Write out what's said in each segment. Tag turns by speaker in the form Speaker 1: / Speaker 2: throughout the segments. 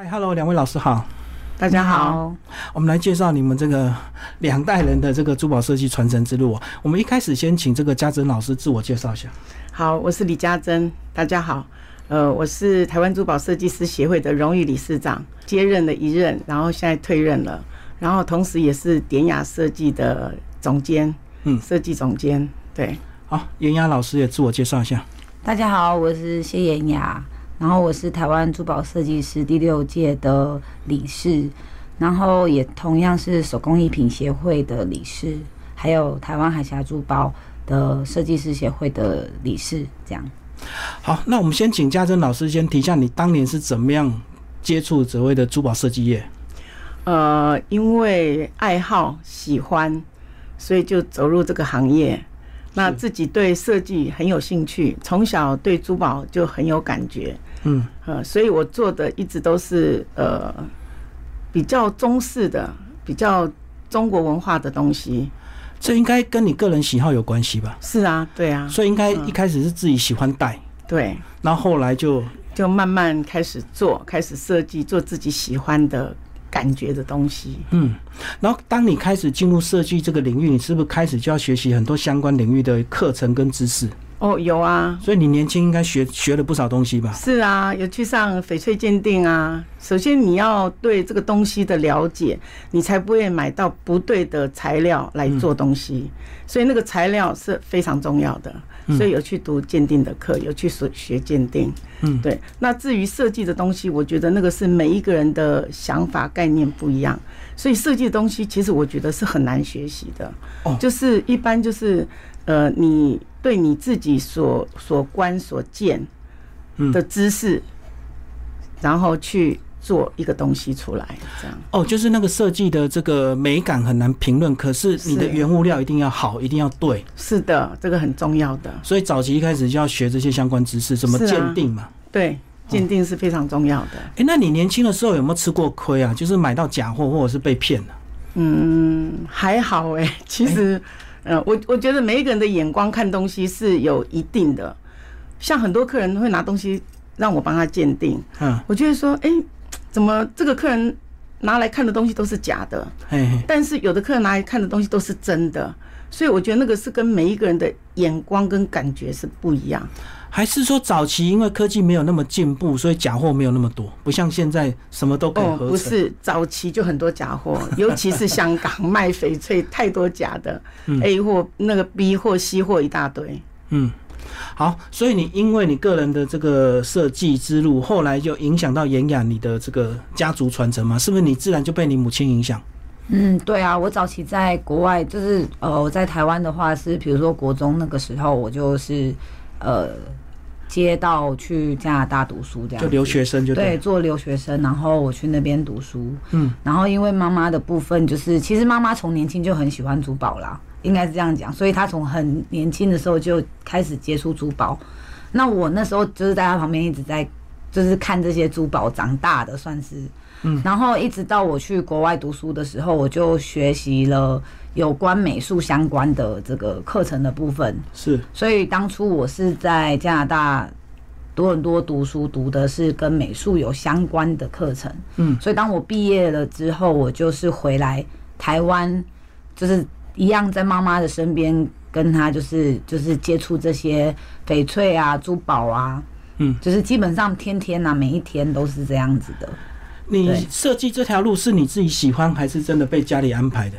Speaker 1: 嗨 ，Hello， 两位老师好。
Speaker 2: 大家好，
Speaker 1: 我们来介绍你们这个2代人的这个珠宝设计传承之路。我们一开始先请这个家珍老师自我介绍一下。
Speaker 2: 好，我是李家珍，大家好。我是台湾珠宝设计师协会的荣誉理事长，接任了1任，然后现在退任了，然后同时也是典雅设计的总监，设计总监。对，
Speaker 1: 好，妍雅老师也自我介绍一下。
Speaker 3: 大家好，我是谢妍雅。然后我是台湾珠宝设计师第6届的理事，然后也同样是手工艺品协会的理事，还有台湾海峡珠宝的设计师协会的理事，这样。
Speaker 1: 好，那我们先请家珍老师先提一下你当年是怎么样接触所谓的珠宝设计业。
Speaker 2: 因为爱好喜欢，所以就走入这个行业。那自己对设计很有兴趣，从小对珠宝就很有感觉，所以我做的一直都是比较中式的、比较中国文化的东西。
Speaker 1: 这应该跟你个人喜好有关系吧？
Speaker 2: 是啊，对啊。
Speaker 1: 所以应该一开始是自己喜欢戴，
Speaker 2: 对，
Speaker 1: 然后后来就
Speaker 2: 慢慢开始做，开始设计，做自己喜欢的感觉的东西。
Speaker 1: 然后当你开始进入设计这个领域，你是不是开始就要学习很多相关领域的课程跟知识？
Speaker 2: 有啊。
Speaker 1: 所以你年轻应该学了不少东西吧？是
Speaker 2: 啊，有去上翡翠鉴定啊。首先你要对这个东西的了解，你才不会买到不对的材料来做东西。所以那个材料是非常重要的。所以有去读鉴定的课，有去学鉴定。对。那至于设计的东西，我觉得那个是每一个人的想法概念不一样，所以设计的东西其实我觉得是很难学习的。就是一般就是你对你自己所观所见的知识，然后去做一个东西出来，这样。
Speaker 1: 就是那个设计的这个美感很难评论，可是你的原物料一定要好，一定要对。
Speaker 2: 是的，这个很重要的。
Speaker 1: 所以早期一开始就要学这些相关知识，怎么鉴定嘛？
Speaker 2: 对，鉴定是非常重要的。
Speaker 1: 那你年轻的时候有没有吃过亏啊？就是买到假货或者是被骗了？
Speaker 2: 还好其实，我觉得每一个人的眼光看东西是有一定的。像很多客人会拿东西让我帮他鉴定，我就会说，怎么这个客人拿来看的东西都是假的？但是有的客人拿来看的东西都是真的，所以我觉得那个是跟每一个人的眼光跟感觉是不一样。
Speaker 1: 还是说早期因为科技没有那么进步，所以假货没有那么多，不像现在什么都可以合成？
Speaker 2: 不是，早期就很多假货，尤其是香港卖翡翠太多假的，A 货、那个 B 货、C 货一大堆。
Speaker 1: 好，所以你因为你个人的这个设计之路，后来就影响到妍雅你的这个家族传承嘛？是不是你自然就被你母亲影响？
Speaker 3: 对啊，我早期在国外，就是我在台湾的话是，比如说国中那个时候，我就是接到去加拿大读书，这样就
Speaker 1: 留学生就对，
Speaker 3: 做留学生，然后我去那边读书。然后因为妈妈的部分，就是其实妈妈从年轻就很喜欢珠宝啦，应该是这样讲，所以她从很年轻的时候就开始接触珠宝。那我那时候就是在她旁边一直在就是看这些珠宝长大的，算是。然后一直到我去国外读书的时候，我就学习了有关美术相关的这个课程的部分。
Speaker 1: 是，
Speaker 3: 所以当初我是在加拿大多伦多读书，读的是跟美术有相关的课程。所以当我毕业了之后，我就是回来台湾，就是一样在妈妈的身边，跟她就是接触这些翡翠啊、珠宝啊。就是基本上天天啊，每一天都是这样子的。
Speaker 1: 你设计这条路是你自己喜欢，还是真的被家里安排的？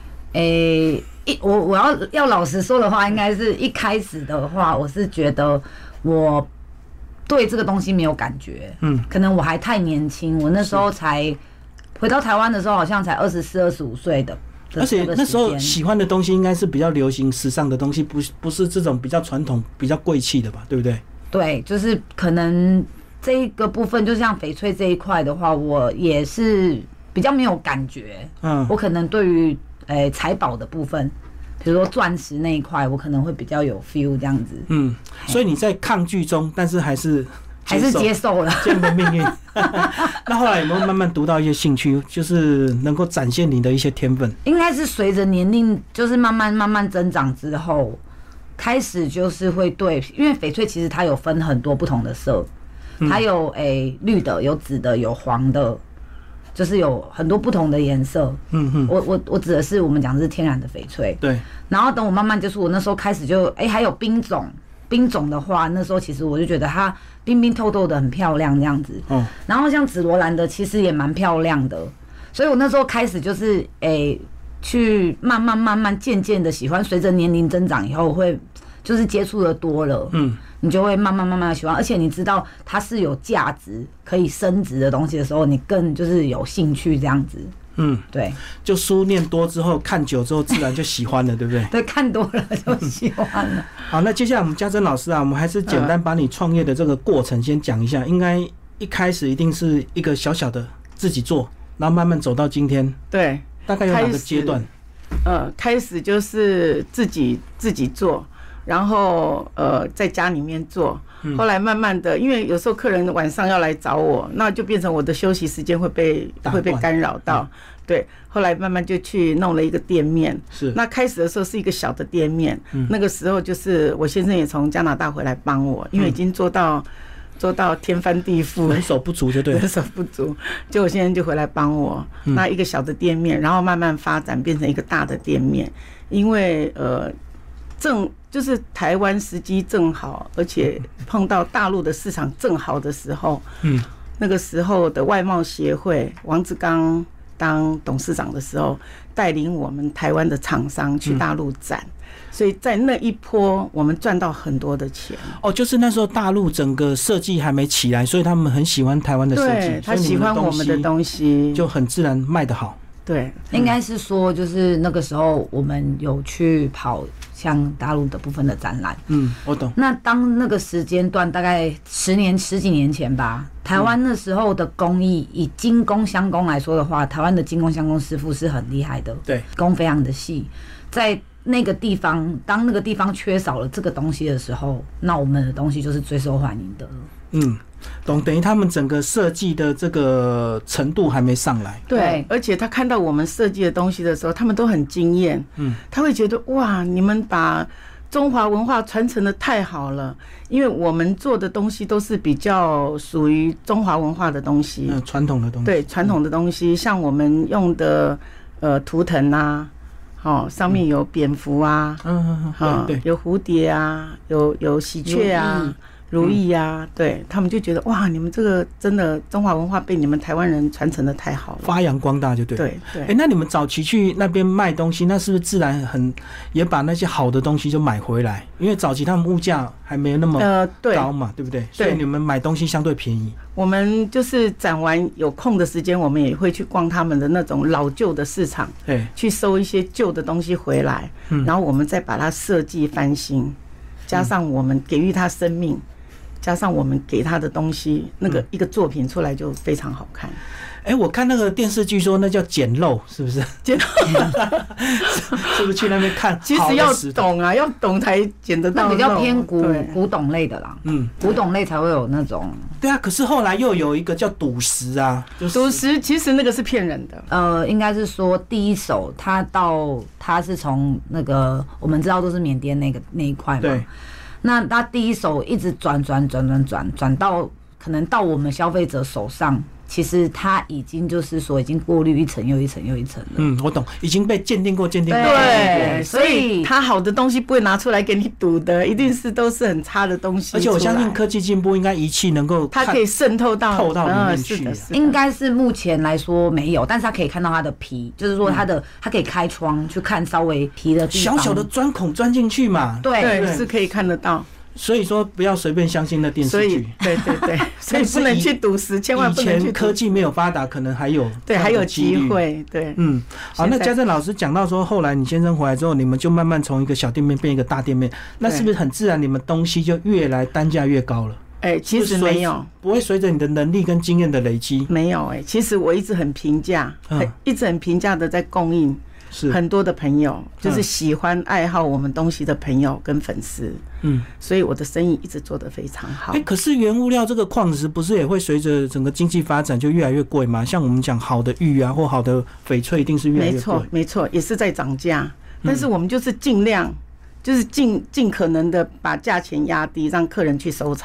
Speaker 3: 我要老实说的话，应该是一开始的话，我是觉得我对这个东西没有感觉。可能我还太年轻，我那时候才回到台湾的时候，好像才24、25岁的。
Speaker 1: 而且那时候喜欢的东西应该是比较流行、时尚的东西，不是这种比较传统、比较贵气的吧？对不对？
Speaker 3: 对，就是可能这个部分，就像翡翠这一块的话，我也是比较没有感觉。我可能对于财宝的部分，比如说钻石那一块，我可能会比较有 feel 这样子。
Speaker 1: 所以你在抗拒中，但是还是
Speaker 3: 接受了
Speaker 1: 这样的命运。那后来有没有慢慢读到一些兴趣，就是能够展现你的一些天分？
Speaker 3: 应该是随着年龄就是慢慢增长之后，开始就是会对，因为翡翠其实它有分很多不同的色。 它有绿的，有紫的，有黄的，就是有很多不同的颜色。我指的是我们讲的是天然的翡翠。
Speaker 1: 对。
Speaker 3: 然后等我慢慢接触，我那时候开始就还有冰种。冰种的话，那时候其实我就觉得它冰冰透透的很漂亮这样子。然后像紫罗兰的其实也蛮漂亮的，所以我那时候开始就是去慢慢渐渐的喜欢，随着年龄增长以后会就是接触的多了，你就会慢慢的喜欢，而且你知道它是有价值可以升值的东西的时候，你更就是有兴趣这样子。对，
Speaker 1: 就书念多之后，看久之后，自然就喜欢了，对不对？
Speaker 3: 对，看多了就喜欢了。
Speaker 1: 好，那接下来我们家珍老师啊，我们还是简单把你创业的这个过程先讲一下。应该一开始一定是一个小小的自己做，然后慢慢走到今天。
Speaker 2: 对，
Speaker 1: 大概有哪个阶段？
Speaker 2: 开始就是自己做，然后在家里面做。后来慢慢的，因为有时候客人晚上要来找我，那就变成我的休息时间会被干扰到。对，后来慢慢就去弄了一个店面。
Speaker 1: 是。
Speaker 2: 那开始的时候是一个小的店面，那个时候就是我先生也从加拿大回来帮我，因为已经做到天翻地覆，
Speaker 1: 人手不足就对了，
Speaker 2: 人手不足，就我先生就回来帮我。那一个小的店面，然后慢慢发展变成一个大的店面，因为就是台湾时机正好，而且碰到大陆的市场正好的时候，那个时候的外贸协会王志刚当董事长的时候，带领我们台湾的厂商去大陆展，所以在那一波我们赚到很多的钱。
Speaker 1: 就是那时候大陆整个设计还没起来，所以他们很喜欢台湾的设计，
Speaker 2: 对，他喜欢我们的东西，
Speaker 1: 就很自然卖得好。
Speaker 2: 对，
Speaker 3: 应该是说就是那个时候我们有去跑像大陆的部分的展览。
Speaker 1: 我懂。
Speaker 3: 那当那个时间段大概十几年前吧，台湾那时候的工艺，以精工相工来说的话，台湾的精工相工师傅是很厉害的，
Speaker 1: 对，
Speaker 3: 工非常的细。在那个地方，当那个地方缺少了这个东西的时候，那我们的东西就是最受欢迎的。
Speaker 1: 懂，等于他们整个设计的这个程度还没上来。
Speaker 2: 对，而且他看到我们设计的东西的时候，他们都很惊艳。他会觉得哇，你们把中华文化传承的太好了，因为我们做的东西都是比较属于中华文化的东西，
Speaker 1: 传统的东西。
Speaker 2: 对，传统的东西，像我们用的图腾啊，上面有蝙蝠啊，对，有蝴蝶啊，有喜鹊啊。如意啊，对，他们就觉得哇，你们这个真的中华文化被你们台湾人传承的太好了，
Speaker 1: 发扬光大就对。
Speaker 2: 对。
Speaker 1: 那你们早期去那边卖东西，那是不是自然也把那些好的东西就买回来？因为早期他们物价还没有那么高嘛，对不对？所以你们买东西相对便宜。
Speaker 2: 我们就是展完有空的时间，我们也会去逛他们的那种老旧的市场，对，去收一些旧的东西回来，然后我们再把它设计翻新，加上我们给予它生命。加上我们给他的东西，那个一个作品出来就非常好看。
Speaker 1: 我看那个电视剧说那叫捡漏，是不是？捡漏是不是去那边看？
Speaker 2: 其实要懂啊，要懂才捡得到。
Speaker 3: 比较偏古董类的啦，古董类才会有那种。
Speaker 1: 对啊，可是后来又有一个叫赌石啊，
Speaker 2: 赌石其实那个是骗人的。
Speaker 3: 应该是说第一手他是从那个我们知道都是缅甸那一块嘛。对。那他第一手一直转到可能到我们消费者手上，其实他已经就是说已经过滤一层又一层又一层了。
Speaker 1: 我懂，已经被鉴定过。
Speaker 2: 对，所以他好的东西不会拿出来给你赌的，一定是都是很差的东西。
Speaker 1: 而且我相信科技进步，应该仪器能够
Speaker 2: 它可以渗透到
Speaker 1: 里面去。
Speaker 3: 应该是目前来说没有，但是它可以看到它的皮，就是说它可以开窗去看稍微皮的地方，
Speaker 1: 小小的钻孔钻进去嘛。
Speaker 2: 对，是可以看得到。
Speaker 1: 所以说不要随便相信那电视剧。
Speaker 2: 对，所以不能去赌石，千万不能去。
Speaker 1: 以前科技没有发达，可能还有
Speaker 2: 机会。对，
Speaker 1: 好，那家珍老师讲到说，后来你先生回来之后，你们就慢慢从一个小店面变一个大店面，那是不是很自然，你们东西就越来单价越高了？
Speaker 2: 其实没有，
Speaker 1: 不会随着你的能力跟经验的累积。
Speaker 2: 没有其实我一直很平价，一直很平价的在供应。是很多的朋友，就是喜欢爱好我们东西的朋友跟粉丝，所以我的生意一直做得非常好。
Speaker 1: 可是原物料这个矿石不是也会随着整个经济发展就越来越贵吗？像我们讲好的玉啊或好的翡翠，一定是越来越贵。
Speaker 2: 没错，也是在涨价。但是我们就是尽量，就是尽可能的把价钱压低，让客人去收藏。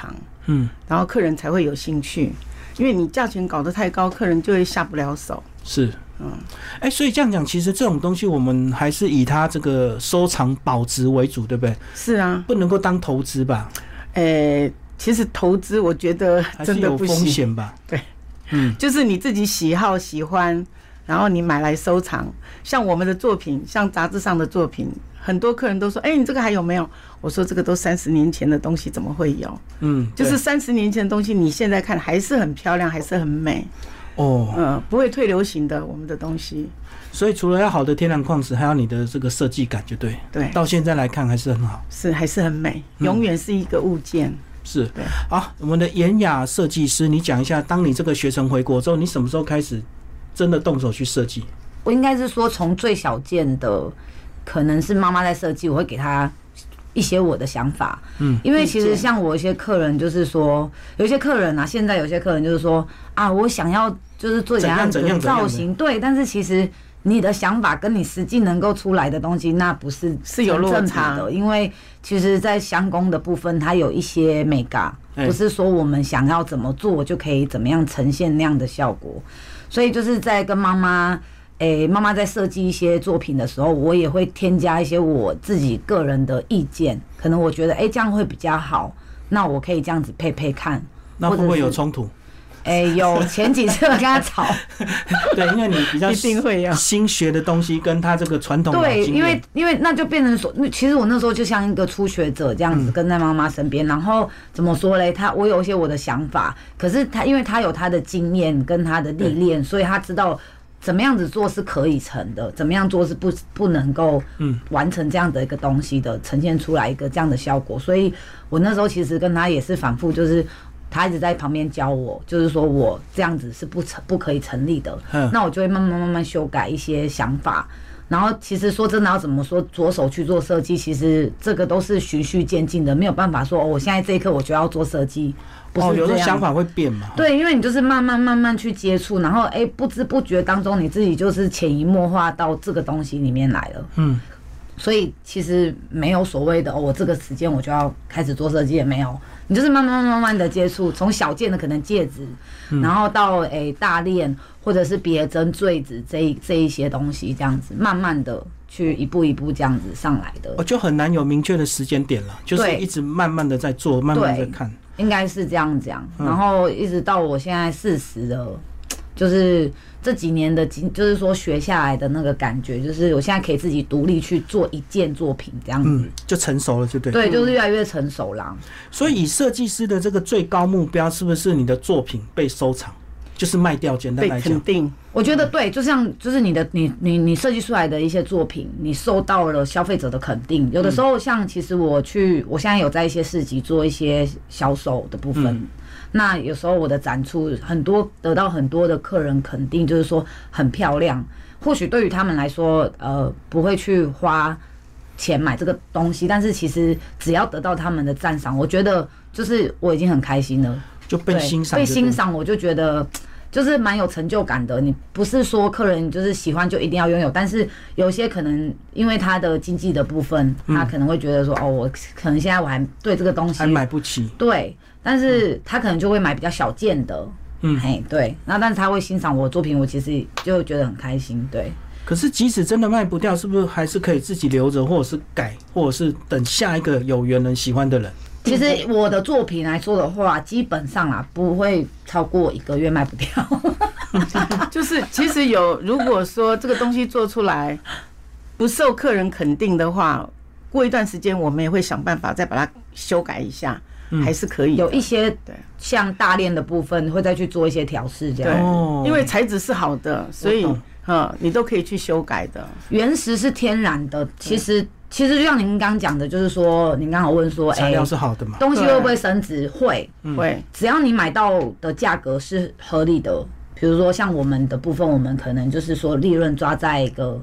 Speaker 2: 然后客人才会有兴趣，因为你价钱搞得太高，客人就会下不了手。
Speaker 1: 是，所以这样讲，其实这种东西我们还是以它这个收藏保值为主，对不对？
Speaker 2: 是啊，
Speaker 1: 不能够当投资吧？
Speaker 2: 其实投资我觉得真的不行，
Speaker 1: 还是有风险吧？
Speaker 2: 对，就是你自己喜好喜欢，然后你买来收藏。像我们的作品，像杂志上的作品，很多客人都说：“你这个还有没有？”我说：“这个都30年前的东西，怎么会有？”就是30年前的东西，你现在看还是很漂亮，还是很美。不会退流行的，我们的东西。
Speaker 1: 所以除了要好的天然矿石，还有你的这个设计感，就对。
Speaker 2: 对，
Speaker 1: 到现在来看还是很好，
Speaker 2: 还是很美，永远是一个物件。
Speaker 1: 是，好，我们的妍雅设计师，你讲一下，当你这个学成回国之后，你什么时候开始真的动手去设计？
Speaker 3: 我应该是说，从最小件的，可能是妈妈在设计，我会给她一些我的想法。因为其实像我一些客人，就是说，有一些客人啊，现在有些客人就是说啊，我想要就是做怎样的造型，对，但是其实你的想法跟你实际能够出来的东西，那不是
Speaker 2: 有落差
Speaker 3: 的，因为其实在相工的部分，它有一些美感，不是说我们想要怎么做就可以怎么样呈现那样的效果。所以就是在跟妈妈在设计一些作品的时候，我也会添加一些我自己个人的意见，可能我觉得这样会比较好，那我可以这样子配看。
Speaker 1: 那会不会有冲突？
Speaker 3: 有前几次我跟他吵。
Speaker 1: 对，因为你比较
Speaker 2: 一定会有
Speaker 1: 新学的东西，跟他这个传统的
Speaker 3: 对，因为那就变成说，其实我那时候就像一个初学者这样子跟在妈妈身边，然后怎么说嘞？我有一些我的想法，可是因为他有他的经验跟他的历练，所以他知道怎么样子做是可以成的，怎么样做是不能够完成这样的一个东西的，呈现出来一个这样的效果。所以我那时候其实跟他也是反复，就是他一直在旁边教我，就是说我这样子是不可以成立的。那我就会慢慢修改一些想法。然后其实说真的，要怎么说着手去做设计，其实这个都是循序渐进的，没有办法说我现在这一刻我就要做设计。
Speaker 1: 有的想法会变嘛。
Speaker 3: 对，因为你就是慢慢去接触，然后不知不觉当中你自己就是潜移默化到这个东西里面来了。所以其实没有所谓的我这个时间我就要开始做设计，也没有，你就是慢慢的接触，从小件的可能戒指，然后到大链或者是别针坠子这一些东西，这样子慢慢的去一步一步这样子上来的。
Speaker 1: 就很难有明确的时间点了，就是一直慢慢的在做，慢慢的看，
Speaker 3: 应该是这样讲。然后一直到我现在40了，就是这几年的，就是说学下来的那个感觉，就是我现在可以自己独立去做一件作品这样子，
Speaker 1: 就成熟了，就对。
Speaker 3: 对，就是越来越成熟啦。
Speaker 1: 所以以设计师的这个最高目标，是不是你的作品被收藏，就是卖掉？简单来讲，
Speaker 2: 被肯定。
Speaker 3: 我觉得对，就是你设计出来的一些作品，你受到了消费者的肯定。有的时候，像其实我现在有在一些市集做一些销售的部分。那有时候我的展出得到很多的客人肯定，就是说很漂亮。或许对于他们来说，不会去花钱买这个东西，但是其实只要得到他们的赞赏，我觉得就是我已经很开心了。
Speaker 1: 就被欣
Speaker 3: 赏，我就觉得就是蛮有成就感的。你不是说客人就是喜欢就一定要拥有，但是有些可能因为他的经济的部分，他可能会觉得说我可能现在我还对这个东西
Speaker 1: 还买不起，
Speaker 3: 对。但是他可能就会买比较小件的，对。那但是他会欣赏我的作品，我其实就觉得很开心，对。
Speaker 1: 可是即使真的卖不掉，是不是还是可以自己留着，或者是改，或者是等下一个有缘人喜欢的人？
Speaker 3: 其实我的作品来说的话，基本上啦不会超过1个月卖不掉。
Speaker 2: 就是其实如果说这个东西做出来不受客人肯定的话，过一段时间我们也会想办法再把它修改一下。还是可以
Speaker 3: 有一些像大链的部分会再去做一些调试，这样。
Speaker 2: 因为材质是好的，所以你都可以去修改的。
Speaker 3: 原石是天然的，其实就像您刚刚讲的，就是说您刚好问说，
Speaker 1: 材料是好的嘛？
Speaker 3: 东西会不会升值？会，只要你买到的价格是合理的，比如说像我们的部分，我们可能就是说利润抓在一个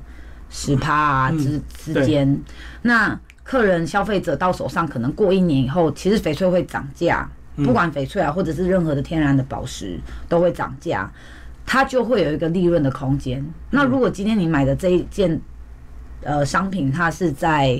Speaker 3: 10%之间，那。客人消费者到手上，可能过1年以后，其实翡翠会涨价，不管翡翠啊，或者是任何的天然的宝石都会涨价，它就会有一个利润的空间。那如果今天你买的这一件商品，它是在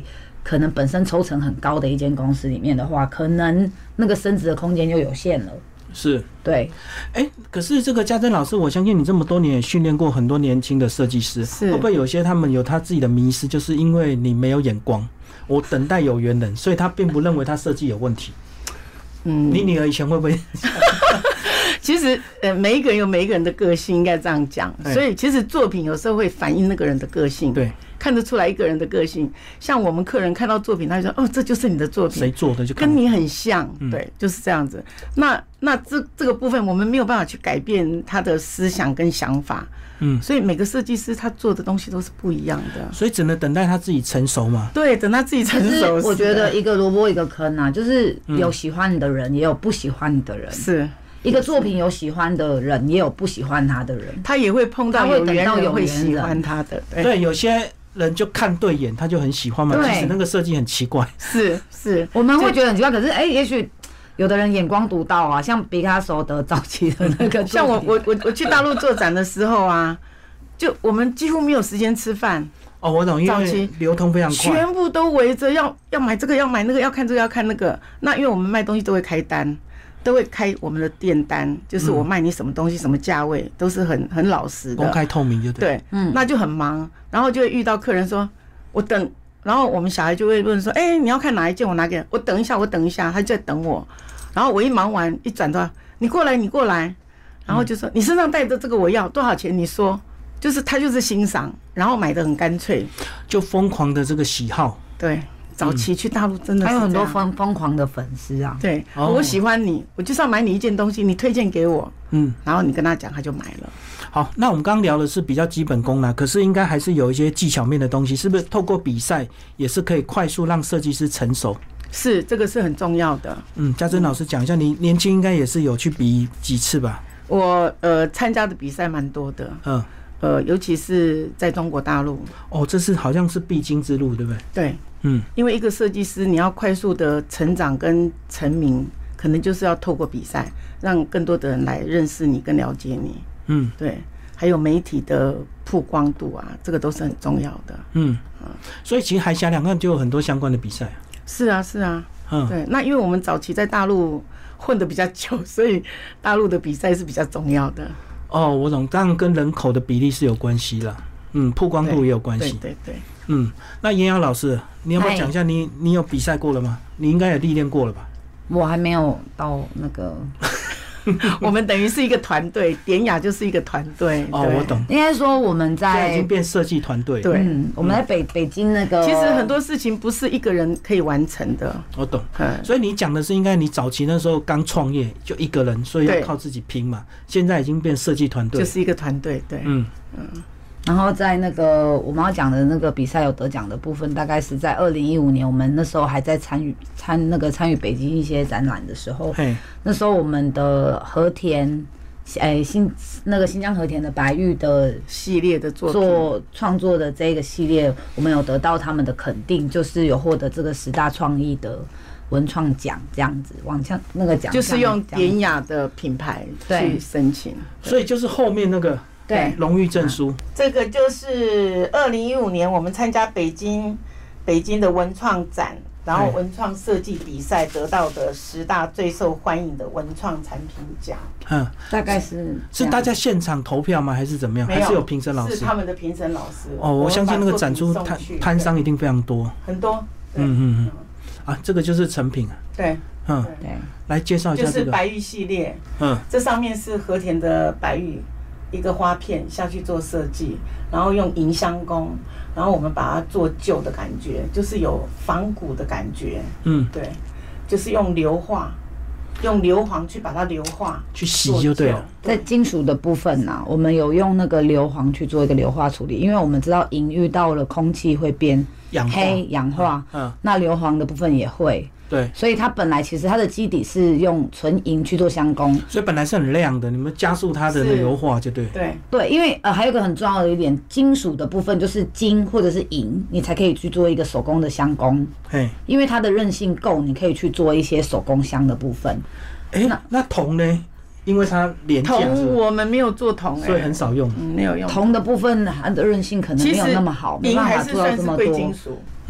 Speaker 3: 可能本身抽成很高的一间公司里面的话，可能那个升职的空间就有限了。
Speaker 1: 是，
Speaker 3: 对。
Speaker 1: 可是这个家珍老师，我相信你这么多年也训练过很多年轻的设计师，会不会有些他们有他自己的迷思，就是因为你没有眼光，我等待有缘人，所以他并不认为他设计有问题。你女儿以前会不会？
Speaker 2: 其实每一个人有每一个人的个性，应该这样讲。所以其实作品有时候会反映那个人的个性，对，看得出来一个人的个性。像我们客人看到作品，他就说：“哦，这就是你的作品，
Speaker 1: 谁做的就
Speaker 2: 跟你很像。”对，就是这样子。那这个部分我们没有办法去改变他的思想跟想法。所以每个设计师他做的东西都是不一样的，
Speaker 1: 所以只能等待他自己成熟嘛。
Speaker 2: 对，等他自己成熟。
Speaker 3: 我觉得一个萝卜一个坑啊，就是有喜欢你的人，也有不喜欢你的人。
Speaker 2: 是
Speaker 3: 一个作品有喜欢的人，也有不喜欢他的人。
Speaker 2: 他也会碰到有缘人会喜欢他的。
Speaker 1: 对，有些人就看对眼，他就很喜欢嘛。其实那个设计很奇怪。
Speaker 2: 是，
Speaker 3: 我们会觉得很奇怪，可是也许。有的人眼光独到啊，像毕卡索的早期的那个，
Speaker 2: 像我去大陆做展的时候啊，就我们几乎没有时间吃饭。
Speaker 1: 我懂，因为流通非常快，
Speaker 2: 全部都围着要买这个要买那个要看这个要看那个。那因为我们卖东西都会开单，都会开我们的店单，就是我卖你什么东西什么价位，都是很老实的，
Speaker 1: 公开透明就对。
Speaker 2: 那就很忙，然后就会遇到客人说，我等。然后我们小孩就会问说：“你要看哪一件？我拿给你。我等一下，他就在等我。然后我一忙完一转头，你过来。然后就说：你身上带的这个我要多少钱？你说。就是他就是欣赏，然后买的很干脆，
Speaker 1: 就疯狂的这个喜好。
Speaker 2: 对，早期去大陆真的是
Speaker 3: 还有很多疯狂的粉丝啊。
Speaker 2: 对，我喜欢你，我就是要买你一件东西，你推荐给我。然后你跟他讲，他就买了。
Speaker 1: 好，那我们刚刚聊的是比较基本功啦，可是应该还是有一些技巧面的东西，是不是透过比赛也是可以快速让设计师成熟？
Speaker 2: 是，这个是很重要的。
Speaker 1: 家珍老师讲一下，你年轻应该也是有去比几次吧？
Speaker 2: 我参加的比赛蛮多的，尤其是在中国大陆。这是
Speaker 1: 好像是必经之路，对不对？
Speaker 2: 对，因为一个设计师你要快速的成长跟成名，可能就是要透过比赛，让更多的人来认识你跟了解你。对，还有媒体的曝光度啊，这个都是很重要的。
Speaker 1: 所以其实海峡两岸就有很多相关的比赛。
Speaker 2: 是啊。对，那因为我们早期在大陆混得比较久，所以大陆的比赛是比较重要的。
Speaker 1: 我懂，当然跟人口的比例是有关系啦。曝光度也有关系。
Speaker 2: 对。
Speaker 1: 那妍瑶老师，你要不要讲一下你有比赛过了吗？你应该也历练过了吧？
Speaker 3: 我还没有到那个。
Speaker 2: 我们等于是一个团队，典雅就是一个团队。
Speaker 1: 我懂。
Speaker 3: 应该说我们在
Speaker 1: 已经变设计团队。
Speaker 2: 对，
Speaker 3: 我们在北京那个。
Speaker 2: 其实很多事情不是一个人可以完成的。
Speaker 1: 我懂。所以你讲的是应该你早期那时候刚创业就一个人，所以要靠自己拼嘛。现在已经变设计团队，
Speaker 2: 就是一个团队。对。
Speaker 3: 然后在那个我们要讲的那个比赛有得奖的部分，大概是在2015年，我们那时候还在参与北京一些展览的时候，那时候我们的和田，新疆和田的白玉的
Speaker 2: 系列的
Speaker 3: 创作的这个系列，我们有得到他们的肯定，就是有获得这个10大创意的文创奖，这样子往向那个奖
Speaker 2: 就是用典雅的品牌去申请，
Speaker 1: 所以就是后面那个。对，荣誉证书。
Speaker 2: 这个就是2015年我们参加北京的文创展，然后文创设计比赛得到的10大最受欢迎的文创产品奖。
Speaker 3: 大概是
Speaker 1: 大家现场投票吗？还是怎么样？还是有评审老师？
Speaker 2: 是他们的评审老师。
Speaker 1: 我相信那个展出摊商一定非常多，
Speaker 2: 很多。
Speaker 1: 这个就是成品啊。
Speaker 2: 对。
Speaker 1: 来介绍一下这个。
Speaker 2: 就是白玉系列。这上面是和田的白玉。一个花片下去做设计，然后用银镶工，然后我们把它做旧的感觉，就是有仿古的感觉。对，就是用硫化，用硫磺去把它硫化，
Speaker 1: 去洗就对了。
Speaker 3: 在金属的部分呢，我们有用那个硫磺去做一个硫化处理，因为我们知道银遇到了空气会变黑氧化，那硫磺的部分也会。
Speaker 1: 对，
Speaker 3: 所以它本来其实它的基底是用纯银去做镶工，
Speaker 1: 所以本来是很亮的，你们加速它的硫化就对。
Speaker 3: 对，因为还有一个很重要的一点，金属的部分就是金或者是银，你才可以去做一个手工的镶工。因为它的韧性够，你可以去做一些手工镶的部分。
Speaker 1: 那铜呢？因为它廉价，
Speaker 2: 铜我们没有做铜，
Speaker 1: 所以很少用。
Speaker 2: 没有用
Speaker 3: 铜的部分，它的韧性可能没有那么好，没办法做到这么多。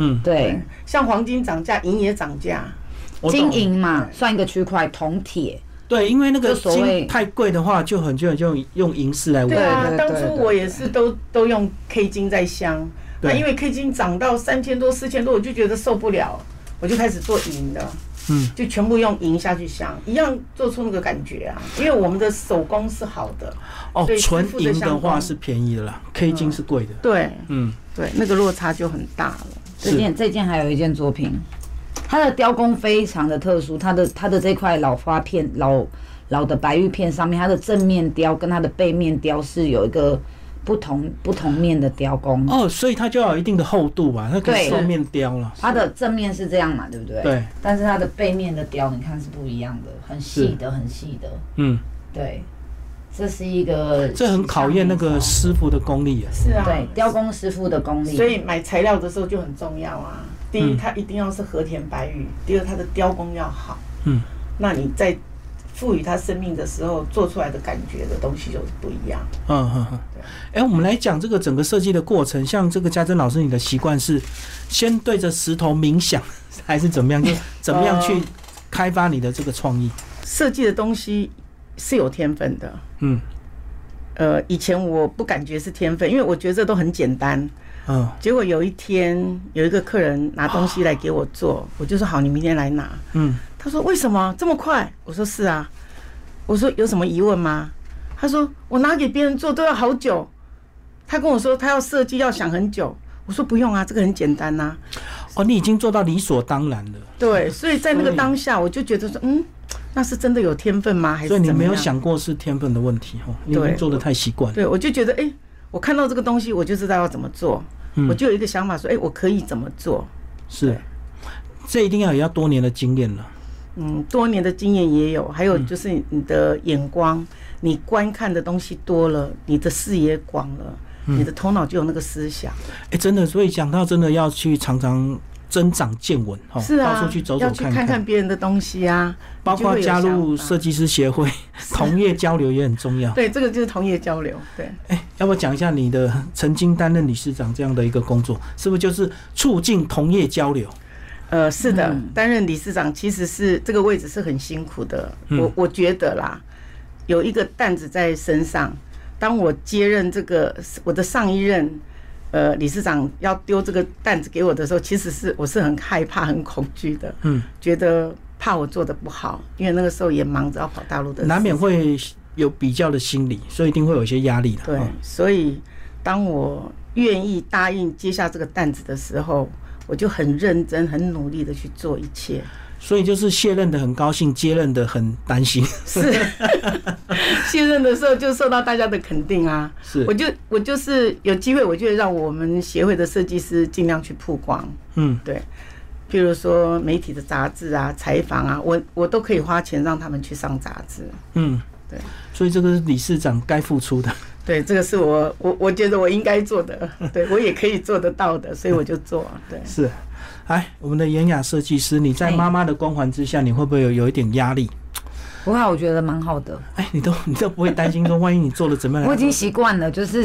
Speaker 3: 对，
Speaker 2: 像黄金涨价，银也涨价，
Speaker 3: 金银嘛算一个区块，铜铁。
Speaker 1: 对，因为那个金太贵的话，就很多人就用银饰来。
Speaker 2: 对啊，当初我也是都用 K 金在镶，那因为 K 金涨到3000多、4000多，我就觉得受不了，我就开始做银的。就全部用银下去镶，一样做出那个感觉啊！因为我们的手工是好的
Speaker 1: 哦，纯银的话是便宜的啦，K 金是贵的。
Speaker 2: 对，对，那个落差就很大了。
Speaker 3: 这件还有一件作品，它的雕工非常的特殊，它的这块老花片老的白玉片上面，它的正面雕跟它的背面雕是有一个不同面的雕工
Speaker 1: 哦，所以它就要有一定的厚度吧，它可以正面雕了。
Speaker 3: 它的正面是这样嘛，对不对？
Speaker 1: 对。
Speaker 3: 但是它的背面的雕，你看是不一样的，很细的，很细的。对。这是一个，
Speaker 1: 这很考验那个师傅的功力啊。
Speaker 2: 是啊，
Speaker 3: 对，雕工师傅的功力。
Speaker 2: 所以买材料的时候就很重要啊。第一，它一定要是和田白玉；第二，它的雕工要好。那你在赋予它生命的时候，做出来的感觉的东西就是不一样。
Speaker 1: 我们来讲这个整个设计的过程。像这个家珍老师，你的习惯是先对着石头冥想，还是怎么样？就怎么样去开发你的这个创意？
Speaker 2: 设计的东西是有天分的。以前我不感觉是天分，因为我觉得这都很简单。结果有一天有一个客人拿东西来给我做，我就说好，你明天来拿。他说为什么这么快？我说是啊。我说有什么疑问吗？他说我拿给别人做都要好久。他跟我说他要设计要想很久。我说不用啊，这个很简单啊。
Speaker 1: 哦，你已经做到理所当然了。
Speaker 2: 对，所以在那个当下我就觉得说那是真的有天分吗？还是
Speaker 1: 所以你没有想过是天分的问题你已经做得太习惯。
Speaker 2: 对，我就觉得我看到这个东西我就知道要怎么做。我就有一个想法说我可以怎么做。
Speaker 1: 是，这一定也要多年的经验了。
Speaker 2: 多年的经验也有，还有就是你的眼光，你观看的东西多了，你的视野广了，你的头脑就有那个思想。
Speaker 1: 真的，所以讲到真的要去常常增长见闻，
Speaker 2: 是啊，
Speaker 1: 到处去走走看看，
Speaker 2: 要去看看别人的东西啊，
Speaker 1: 包括加入设计师协会，同业交流也很重要。
Speaker 2: 对，这个就是同业交流。对，
Speaker 1: 要不要讲一下你的曾经担任理事长这样的一个工作，是不是就是促进同业交流？
Speaker 2: 是的，担任理事长其实是这个位置是很辛苦的。我觉得啦，有一个担子在身上。当我接任这个我的上一任理事长要丢这个担子给我的时候，其实我是很害怕、很恐惧的。觉得怕我做的不好，因为那个时候也忙着要跑大陆的事，
Speaker 1: 难免会有比较的心理，所以一定会有一些压力的。
Speaker 2: 对，所以当我愿意答应接下这个担子的时候，我就很认真、很努力的去做一切。
Speaker 1: 所以就是卸任的很高兴，接任的很担心。
Speaker 2: 是，卸任的时候就受到大家的肯定啊。
Speaker 1: 是，
Speaker 2: 我就是有机会，我就会让我们协会的设计师尽量去曝光。对，譬如说媒体的杂志啊、采访啊，我都可以花钱让他们去上杂志。对，
Speaker 1: 所以这个是理事长该付出的。
Speaker 2: 对，这个是我觉得我应该做的，对我也可以做得到的，所以我就做。对，
Speaker 1: 是。我们的妍雅设计师，你在妈妈的光环之下，你会不会有一点压力？
Speaker 3: 不会，我觉得蛮好的。
Speaker 1: 你都不会担心说，万一你做了怎么样？
Speaker 3: 我已经习惯了，就是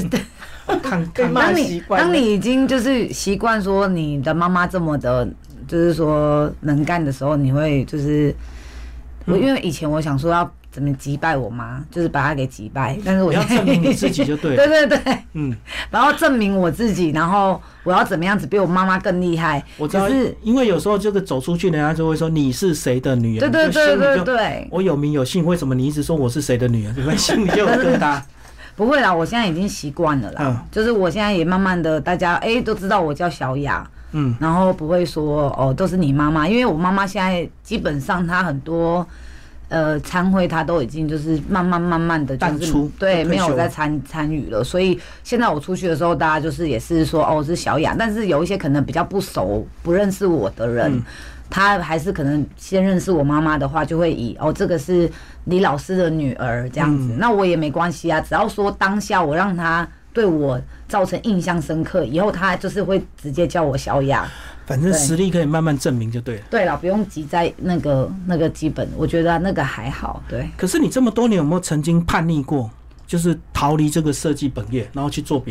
Speaker 3: 当你已经就是习惯说你的妈妈这么的，就是说能干的时候，你会就是因为以前我想说要怎么击败我妈，就是把她给击败，但是我
Speaker 1: 要证明你自己就对了。
Speaker 3: 对，然后证明我自己，然后我要怎么样子比我妈妈更厉害。
Speaker 1: 我知道，因为有时候这个走出去，人家就会说你是谁的女儿。
Speaker 3: 对，
Speaker 1: 我有名有姓，为什么你一直说我是谁的女儿？对不对？心里就有疙瘩。
Speaker 3: 不会啦，我现在已经习惯了啦。就是我现在也慢慢的，大家都知道我叫小雅。然后不会说都是你妈妈，因为我妈妈现在基本上她很多。参会他都已经就是慢慢的就是对没有在参与了，所以现在我出去的时候，大家就是也是说我是小雅，但是有一些可能比较不熟不认识我的人，他还是可能先认识我妈妈的话，就会以这个是李老师的女儿这样子，那我也没关系啊，只要说当下我让他对我造成印象深刻，以后他就是会直接叫我小雅。
Speaker 1: 反正实力可以慢慢证明就对了。
Speaker 3: 对了，不用急在那个基本，我觉得那个还好。对。
Speaker 1: 可是你这么多年有没有曾经叛逆过，就是逃离这个设计本业，然后去做别的？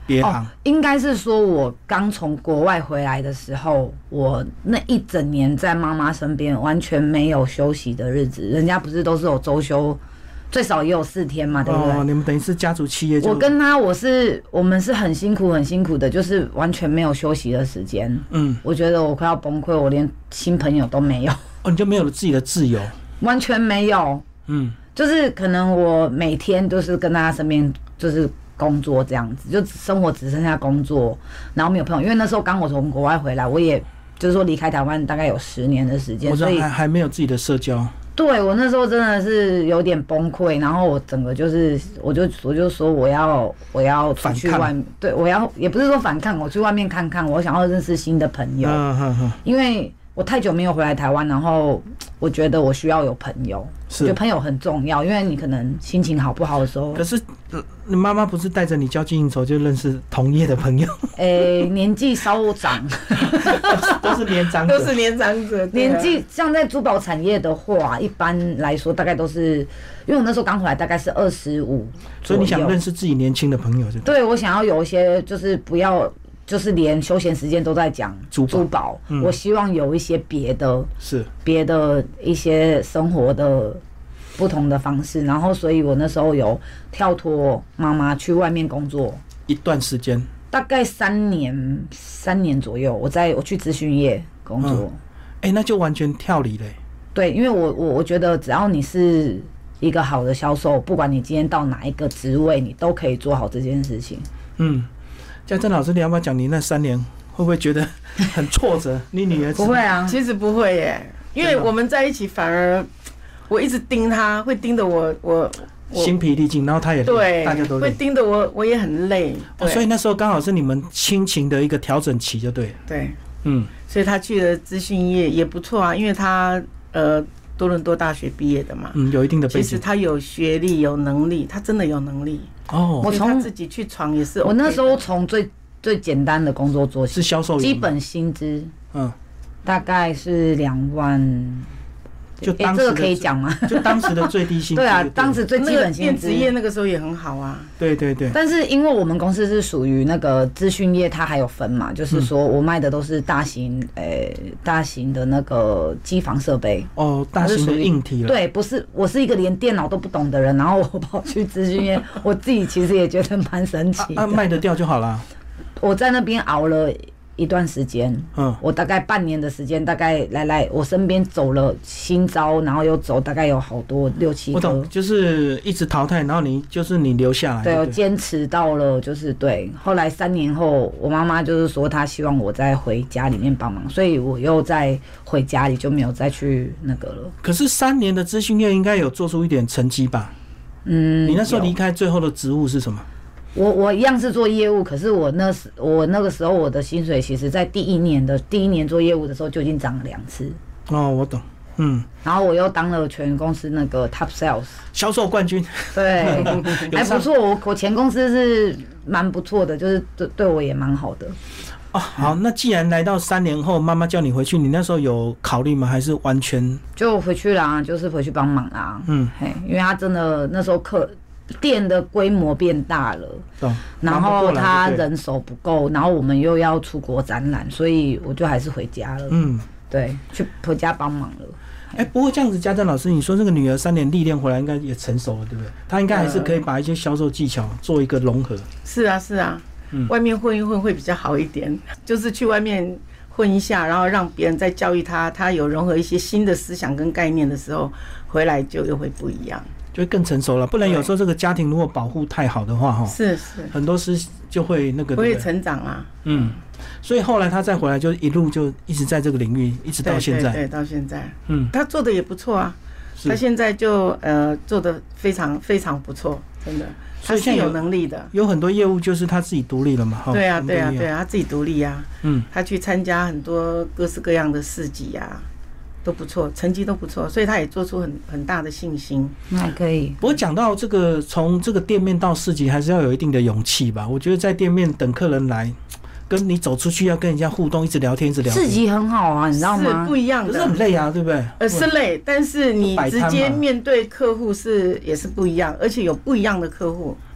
Speaker 1: 别行？
Speaker 3: 应该是说我刚从国外回来的时候，我那一整年在妈妈身边，完全没有休息的日子。人家不是都是有周休，最少也有4天嘛，对不对？
Speaker 1: 你们等于是家族企业。
Speaker 3: 我跟他，我们是很辛苦的，就是完全没有休息的时间。我觉得我快要崩溃，我连新朋友都没有。
Speaker 1: 你就没有了自己的自由？
Speaker 3: 完全没有。就是可能我每天都是跟他身边就是工作这样子，就生活只剩下工作，然后没有朋友。因为那时候刚我从国外回来，我也就是说离开台湾大概有10年的时间，
Speaker 1: 所以还没有自己的社交。
Speaker 3: 对，我那时候真的是有点崩溃，然后我整个就是我就说我要出去外面，对，也不是说反抗，我去外面看看，我想要认识新的朋友，因为我太久没有回来台湾，然后我觉得我需要有朋友，我觉得朋友很重要，因为你可能心情好不好的时候。
Speaker 1: 可是你妈妈不是带着你交际应酬就认识同业的朋友？
Speaker 3: 年纪稍长，
Speaker 1: 都是年长者，
Speaker 3: 年纪像在珠宝产业的话，一般来说大概都是，因为我那时候刚回来，大概是25，
Speaker 1: 所以你想认识自己年轻的朋友，
Speaker 3: 对，我想要有一些就是不要。就是连休闲时间都在讲珠宝，我希望有一些别的一些生活的不同的方式，然后所以我那时候有跳脱妈妈去外面工作
Speaker 1: 一段时间，
Speaker 3: 大概3年左右，我去资讯业工作，
Speaker 1: 那就完全跳离了。
Speaker 3: 对，因为我觉得只要你是一个好的销售，不管你今天到哪一个职位，你都可以做好这件事情。
Speaker 1: 家珍老师，你要不要讲你那3年会不会觉得很挫折？你女儿
Speaker 3: 不会啊，
Speaker 2: 其实不会耶，因为我们在一起，反而我一直盯她，会盯得我
Speaker 1: 心疲力尽，然后她也
Speaker 2: 对，
Speaker 1: 大家都累，
Speaker 2: 会盯得我也很累。
Speaker 1: 所以那时候刚好是你们亲情的一个调整期，就对。
Speaker 2: 对，所以她去了资讯业也不错啊，因为她多伦多大学毕业的嘛，
Speaker 1: 有一定的背景。
Speaker 2: 其实她有学历，有能力，她真的有能力。我从自己去闯也是 OK 的。
Speaker 3: 我那时候从最简单的工作做起，
Speaker 1: 是销售员，
Speaker 3: 基本薪资，大概是2万。
Speaker 1: 就当时
Speaker 3: 这个可以讲吗？
Speaker 1: 就当时的最低薪资。
Speaker 3: 对啊，当时最基本薪资。
Speaker 2: 电子业那个时候也很好啊。
Speaker 1: 对。
Speaker 3: 但是因为我们公司是属于那个资讯业，它还有分嘛，就是说我卖的都是大型的那个机房设备。
Speaker 1: 大型的硬体了。
Speaker 3: 对，不是，我是一个连电脑都不懂的人，然后我跑去资讯业，我自己其实也觉得蛮神奇的。
Speaker 1: 卖得掉就好了。
Speaker 3: 我在那边熬了一段时间，我大概半年的时间，大概来我身边走了新招，然后又走大概有好多6-7个。
Speaker 1: 我懂，就是一直淘汰，然后你留下来。
Speaker 3: 对，我坚持到了，就是对。后来3年后，我妈妈就是说她希望我再回家里面帮忙，所以我又再回家里，就没有再去那个了。
Speaker 1: 可是3年的资讯业应该有做出一点成绩吧？你那时候离开最后的职务是什么？
Speaker 3: 我一样是做业务，可是我那个时候我的薪水其实在第一年做业务的时候就已经涨了2次。
Speaker 1: 我懂。
Speaker 3: 然后我又当了全公司那个 top sales
Speaker 1: 销售冠军。
Speaker 3: 对，还不错。我前公司是蛮不错的，就是对我也蛮好的。
Speaker 1: 好，那既然来到3年后，妈妈叫你回去，你那时候有考虑吗？还是完全
Speaker 3: 就回去啦？就是回去帮忙啦。因为他真的那时候店的规模变大了，然后他人手不够，然后我们又要出国展览，所以我就还是回家了。对，去回家帮忙了。
Speaker 1: 不过这样子，家珍老师，你说这个女儿3年历练回来，应该也成熟了，对不对？她应该还是可以把一些销售技巧做一个融合。
Speaker 2: 是啊，外面混一混会比较好一点，就是去外面混一下，然后让别人再教育她，她有融合一些新的思想跟概念的时候，回来就又会不一样。
Speaker 1: 就会更成熟了，不然有时候这个家庭如果保护太好的话，
Speaker 2: 是
Speaker 1: 很多事就会那个
Speaker 2: 不会成长啊。
Speaker 1: 所以后来他再回来，就一路就一直在这个领域，一直到现在。
Speaker 2: 对，到现在。他做的也不错啊，他现在就做的非常非常不错，真的。他是有能力的。
Speaker 1: 有很多业务就是他自己独立了嘛。
Speaker 2: 对啊，他自己独立啊。他去参加很多各式各样的市集啊。都不错，成绩都不错，所以他也做出很大的信心。
Speaker 3: 那还可以。
Speaker 1: 不过讲到这个，从这个店面到市集，还是要有一定的勇气吧。我觉得在店面等客人来，跟你走出去要跟人家互动，一直聊天，
Speaker 3: 市集很好啊，你知道吗？
Speaker 2: 是不一样的，
Speaker 1: 可是很累啊，对不对？
Speaker 2: 是累，但是你直接面对客户也是不一样，而且有不一样的客户。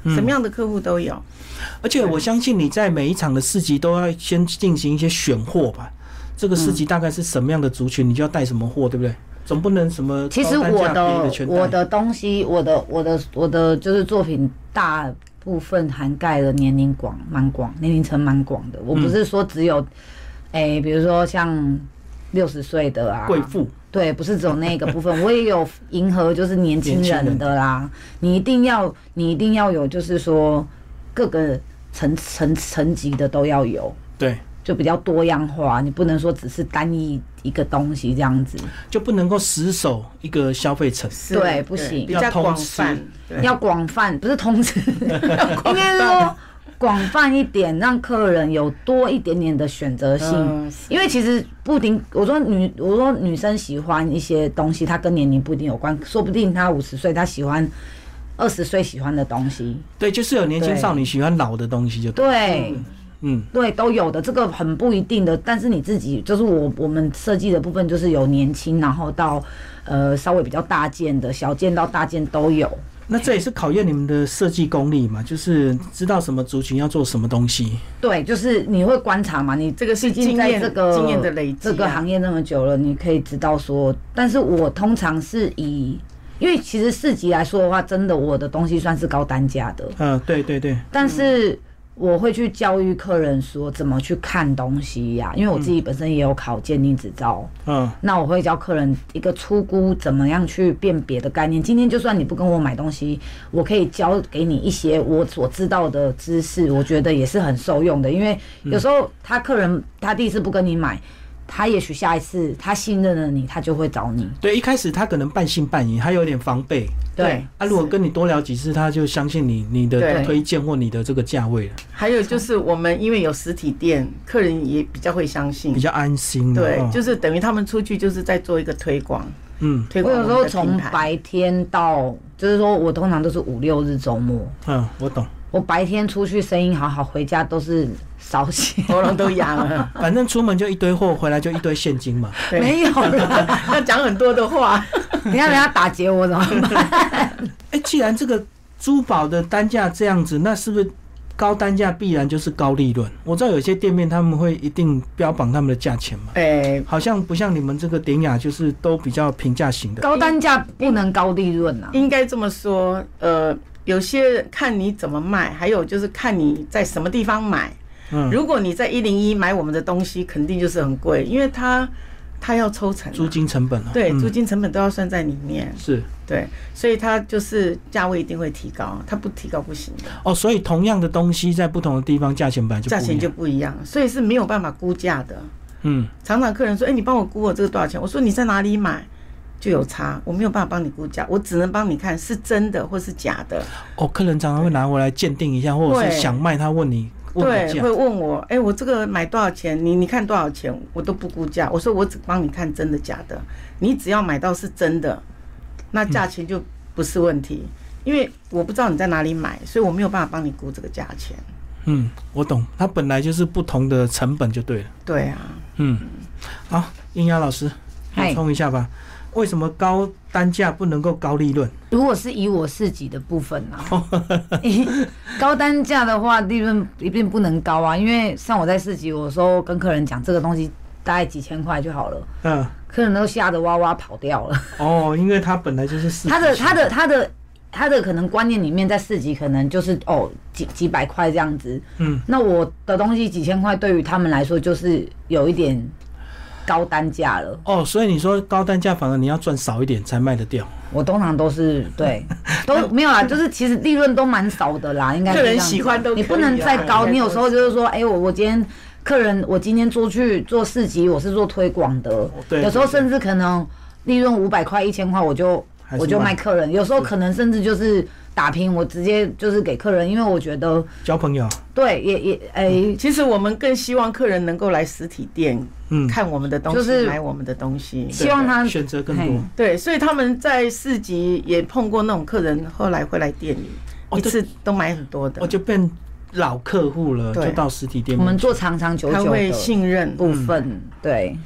Speaker 2: 什么样的客户都有。
Speaker 1: 而且我相信你在每一场的市集都要先进行一些选货吧？这个市集大概是什么样的族群，你就要带什么货，对不对？总不能什么
Speaker 3: 其实我的东西，我的就是作品大部分涵盖了年龄蛮广，年龄层蛮广的。我不是说只有，比如说像60岁的啊，
Speaker 1: 贵妇。
Speaker 3: 对，不是只有那个部分，我也有迎合就是年轻人的啦。你一定要有，就是说各个层级的都要有。
Speaker 1: 对。
Speaker 3: 就比较多样化，你不能说只是单一一个东西这样子，
Speaker 1: 就不能够死守一个消费层。
Speaker 3: 对，不行，
Speaker 2: 比较广泛，
Speaker 3: 要广泛，不是通吃，应该是说广泛一点，让客人有多一点点的选择性。因为其实不一定，我说女生喜欢一些东西，她跟年龄不一定有关，说不定她50岁，她喜欢20岁喜欢的东西。
Speaker 1: 对，就是有年轻少女喜欢老的东西就
Speaker 3: 对。对，都有的，这个很不一定的，但是你自己就是我们设计的部分，就是有年轻，然后到稍微比较大件的，小件到大件都有。
Speaker 1: 那这也是考验你们的设计功力嘛，就是知道什么族群要做什么东西。
Speaker 3: 对，就是你会观察嘛，你
Speaker 2: 这个是经验的累积，
Speaker 3: 这个行业那么久了，你可以知道说，但是我通常是因为其实市集来说的话，真的我的东西算是高单价的。
Speaker 1: 对对对。
Speaker 3: 但是我会去教育客人说怎么去看东西呀，因为我自己本身也有考鉴定执照。那我会教客人一个初估怎么样去辨别的概念。今天就算你不跟我买东西，我可以教给你一些我所知道的知识，我觉得也是很受用的。因为有时候客人他第一次不跟你买，他也许下一次他信任了你，他就会找你。
Speaker 1: 对，一开始他可能半信半疑，他有点防备。
Speaker 3: 对，
Speaker 1: 如果跟你多聊几次，他就相信你的推荐或你的这个价位了。
Speaker 2: 还有就是我们因为有实体店，客人也比较会相信，
Speaker 1: 比较安心。
Speaker 2: 对，就是等于他们出去就是在做一个推广。推广
Speaker 3: 我有时候从白天到，就是说我通常都是5、6日周末。
Speaker 1: 我懂。
Speaker 3: 我白天出去生意好好，回家都是烧钱，
Speaker 2: 喉咙都痒了。
Speaker 1: 反正出门就一堆货，回来就一堆现金嘛。
Speaker 3: 没有啦，
Speaker 2: 要讲很多的话。
Speaker 3: 你看人家打劫我怎么办？
Speaker 1: 既然这个珠宝的单价这样子，那是不是高单价必然就是高利润？我知道有些店面他们会一定标榜他们的价钱嘛。好像不像你们这个典雅，就是都比较平价型的。
Speaker 3: 高单价不能高利润啊。
Speaker 2: 应该这么说，有些看你怎么卖，还有就是看你在什么地方买。如果你在101买我们的东西，肯定就是很贵，因为它要抽成，
Speaker 1: 租金成本
Speaker 2: 对，租金成本都要算在里面。
Speaker 1: 是，
Speaker 2: 对，所以它就是价位一定会提高，它不提高不行的。
Speaker 1: 所以同样的东西在不同的地方价钱本来就不一样，
Speaker 2: 价钱就不一样，所以是没有办法估价的。常常客人说：“你帮我估我这个多少钱？”我说：“你在哪里买？”就有差，我没有办法帮你估价，我只能帮你看是真的或是假的。
Speaker 1: 客人常常会拿回来鉴定一下，或者是想卖他问你。
Speaker 2: 对，会问我，我这个买多少钱？你看多少钱？我都不估价，我说我只帮你看真的假的，你只要买到是真的，那价钱就不是问题，因为我不知道你在哪里买，所以我没有办法帮你估这个价钱。
Speaker 1: 我懂，它本来就是不同的成本就对了。
Speaker 2: 对啊。
Speaker 1: 好，英雅老师补充一下吧。为什么高单价不能够高利润？
Speaker 3: 如果是以我市集的部分高单价的话，利润一定不能高啊。因为像我在市集，有时候跟客人讲这个东西大概几千块就好了，客人都吓得哇哇跑掉了。
Speaker 1: 因为他本来就是市集，
Speaker 3: 他的可能观念里面，在市集可能就是几百块这样子。那我的东西几千块，对于他们来说就是有一点高单价了。
Speaker 1: 所以你说高单价反而你要赚少一点才卖得掉。
Speaker 3: 我通常都是对，都没有啦，就是其实利润都蛮少的啦，应该
Speaker 2: 客人喜欢都可以，
Speaker 3: 你不能再高。你有时候就是说，我今天客人，我今天出去做市集，我是做推广的，有时候甚至可能利润500块、1000块，我就卖客人。有时候可能甚至就是打拼，我直接就是给客人，因为我觉得
Speaker 1: 交朋友。
Speaker 3: 对，也
Speaker 2: 其实我们更希望客人能够来实体店，看我们的东西，就是买我们的东西，
Speaker 3: 希望他
Speaker 1: 选择更多。
Speaker 2: 对，所以他们在市集也碰过那种客人，后来会来店里，一次都买很多的，
Speaker 1: 就变老客户了，就到实体店。
Speaker 3: 我们做长长久久的，
Speaker 2: 他会信任
Speaker 3: 部分。对，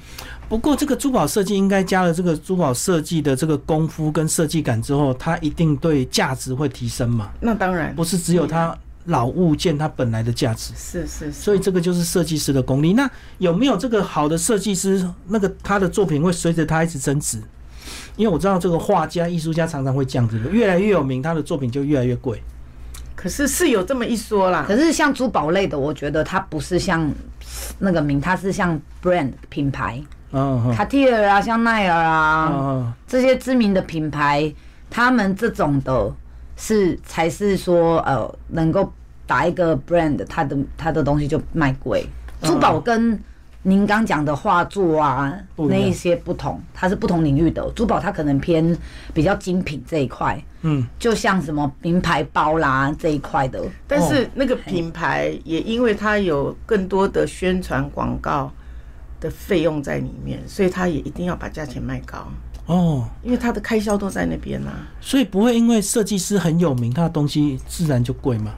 Speaker 1: 不过这个珠宝设计应该加了这个珠宝设计的这个功夫跟设计感之后，它一定对价值会提升嘛？
Speaker 2: 那当然，
Speaker 1: 不是只有它老物件它本来的价值。
Speaker 2: 是。
Speaker 1: 所以这个就是设计师的功力。那有没有这个好的设计师，那个他的作品会随着他一直增值？因为我知道这个画家、艺术家常常会这样子的，越来越有名，他的作品就越来越贵。
Speaker 2: 可是有这么一说啦。
Speaker 3: 可是像珠宝类的，我觉得它不是像那个名，它是像 brand 品牌。卡地尔啊，香奈儿啊，这些知名的品牌，他们这种的才是说能够打一个 brand， 它的东西就卖贵。珠宝跟您刚讲的画作啊那一些不同，它是不同领域的。珠宝它可能偏比较精品这一块，就像什么名牌包啦这一块的。
Speaker 2: 但是那个品牌也因为它有更多的宣传广告的费用在里面，所以他也一定要把价钱卖高因为他的开销都在那边
Speaker 1: 所以不会因为设计师很有名，他的东西自然就贵嘛。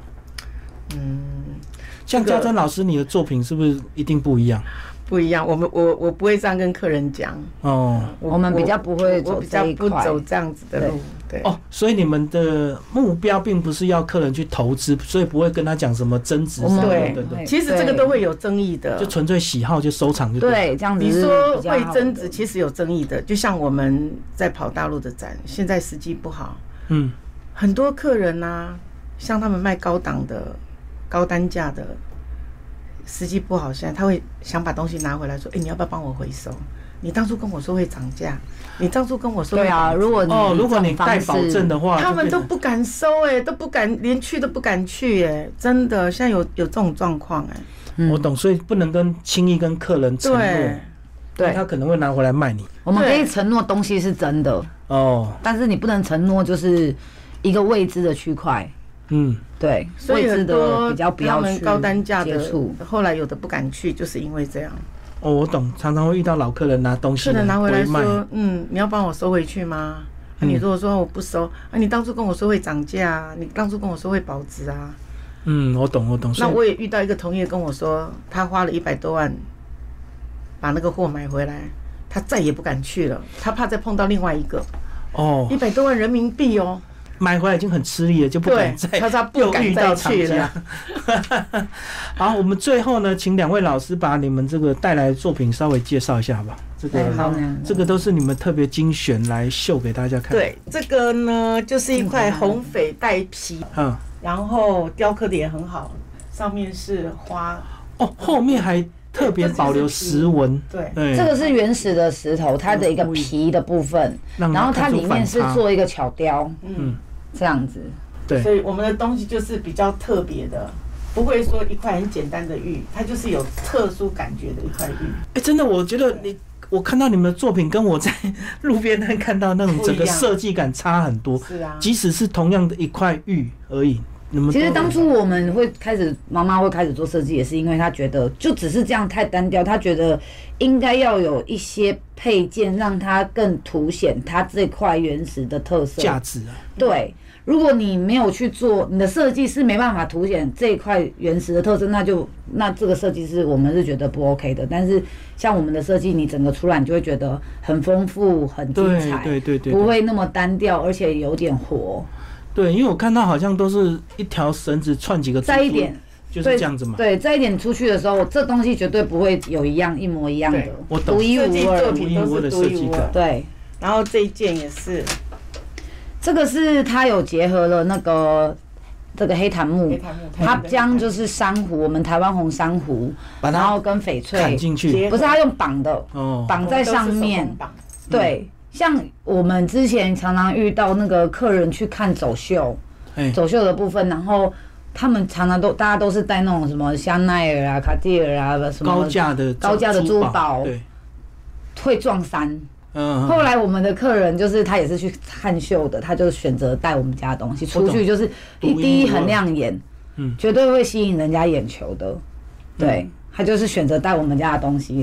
Speaker 1: 像嘉珍老师，你的作品是不是一定不一样？
Speaker 2: 不一样，我不会这样跟客人讲
Speaker 3: 我们比较不会走
Speaker 2: 我比较不走这样子的路。对
Speaker 1: 所以你们的目标并不是要客人去投资，所以不会跟他讲什么增值什么的。对，
Speaker 2: 其实这个都会有争议的，
Speaker 1: 就纯粹喜好就收藏就
Speaker 3: 对。这样子
Speaker 2: 你说会增值，其实有争议的。就像我们在跑大陆的展，现在时机不好，很多客人像他们卖高档的、高单价的，时机不好，现在他会想把东西拿回来说：“你要不要帮我回收？你当初跟我说会涨价，你当初跟我说会涨价。”
Speaker 3: 对啊，如果你
Speaker 1: 带保证的话，
Speaker 2: 他们都不敢收都不敢，连去都不敢去真的，现在有这种状况
Speaker 1: 我懂，所以不能轻易跟客人承诺，对，他可能会拿回来卖你。
Speaker 3: 我们可以承诺东西是真的但是你不能承诺就是一个未知的区块。对，
Speaker 2: 所以很多
Speaker 3: 比较不要去
Speaker 2: 高单价的，后来有的不敢去，就是因为这样。
Speaker 1: 我懂，常常会遇到老客人拿东西，
Speaker 2: 客人拿回来说，你要帮我收回去吗？你如果说我不收，你当初跟我说会涨价，你当初跟我说会保值
Speaker 1: 我懂。
Speaker 2: 那我也遇到一个同业跟我说，他花了100多万把那个货买回来，他再也不敢去了，他怕再碰到另外一个100多万人民币
Speaker 1: 买回来已经很吃力了，就不敢再又遇到厂家。好，我们最后呢，请2位老师把你们这个带来的作品稍微介绍一下吧。这个都是你们特别精选来秀给大家看。
Speaker 2: 对，这个呢就是一块红翡带皮，然后雕刻的也很好，上面是花
Speaker 1: 后面还特别保留石纹。
Speaker 2: 对，
Speaker 3: 这个是原始的石头，它的一个皮的部分，然后它里面是做一个巧雕，这样子。
Speaker 1: 对，
Speaker 2: 所以我们的东西就是比较特别的，不会说一块很简单的玉，它就是有特殊感觉的一块玉。
Speaker 1: 真的，我觉得我看到你们的作品跟我在路边摊看到那种整个设计感差很多。
Speaker 2: 是啊，
Speaker 1: 即使是同样的一块玉而已。
Speaker 3: 其实当初我们会妈妈会开始做设计，也是因为她觉得就只是这样太单调，她觉得应该要有一些配件让它更凸显它这块原始的特色
Speaker 1: 价值
Speaker 3: 对，如果你没有去做，你的设计是没办法凸显这一块原始的特色，那这个设计是我们是觉得不 OK 的。但是像我们的设计，你整个出来你就会觉得很丰富、很精彩，
Speaker 1: 对，
Speaker 3: 不会那么单调，而且有点活。
Speaker 1: 对，因为我看到好像都是一条绳子串几个珠珠，
Speaker 3: 再一点
Speaker 1: 就是这样子嘛。
Speaker 3: 对，再一点出去的时候，这东西绝对不会有一模一样的，
Speaker 1: 我懂，
Speaker 3: 独一无二，
Speaker 2: 作品都是独一无二。
Speaker 3: 对，
Speaker 2: 然后这一件也是，
Speaker 3: 这个是它有结合了那个这个黑檀木，它将就是珊瑚，我们台湾红珊瑚，然后跟翡翠
Speaker 1: 砍进去，
Speaker 3: 不是它用绑的，绑在上面，对。像我们之前常常遇到那个客人去看走秀，走秀的部分，然后他们常常大家都是带那种什么香奈儿啊、卡地尔啊什么
Speaker 1: 高价的
Speaker 3: 珠宝，
Speaker 1: 对，
Speaker 3: 会撞衫。后来我们的客人就是他也是去看秀的，他就选择带我们家的东西出去，就是第一很亮眼，绝对会吸引人家眼球的。对，他就是选择带我们家的东西了。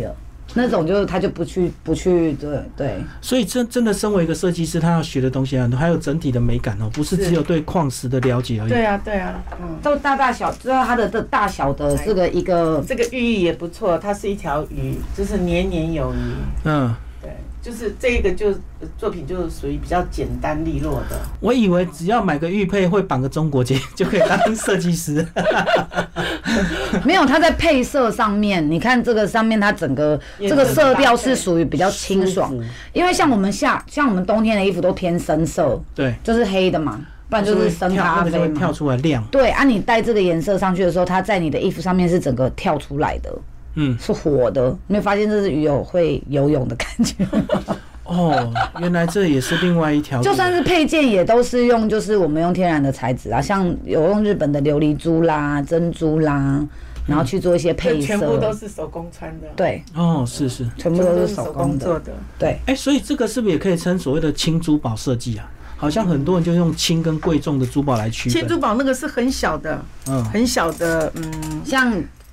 Speaker 3: 那种就是他就不去，对。
Speaker 1: 所以真的身为一个设计师，他要学的东西很多，还有整体的美感哦，不是只有对矿石的了解而已。
Speaker 2: 对啊，
Speaker 3: 都大小，知道它的大小的这个这
Speaker 2: 个寓意也不错，它是一条鱼，就是年年有余。对，就是这个作品就属于比较简单利落的。
Speaker 1: 我以为只要买个玉佩会绑个中国结就可以当设计师。
Speaker 3: 没有，它在配色上面，你看这个上面它整个这个色调是属于比较清爽，因为像我们冬天的衣服都偏深色，对，就是黑的嘛。不然就是深咖啡嘛，
Speaker 1: 跳出来亮。
Speaker 3: 对啊，你带这个颜色上去的时候，它在你的衣服上面是整个跳出来的，是活的。没有发现这只鱼有会游泳的感觉？
Speaker 1: 哦，原来这也是另外一条。
Speaker 3: 就算是配件也都是用，就是我们用天然的材质啊，像有用日本的琉璃珠啦、珍珠啦，然后去做一些配色，
Speaker 2: 全部都是手工穿的。
Speaker 3: 对，
Speaker 1: 是，
Speaker 3: 全部都是手工
Speaker 2: 做的。
Speaker 3: 对，
Speaker 1: 所以这个是不是也可以称所谓的轻珠宝设计啊？好像很多人就用轻跟贵重的珠宝来区分。
Speaker 2: 轻珠宝那个是很小的，很小的，
Speaker 3: 像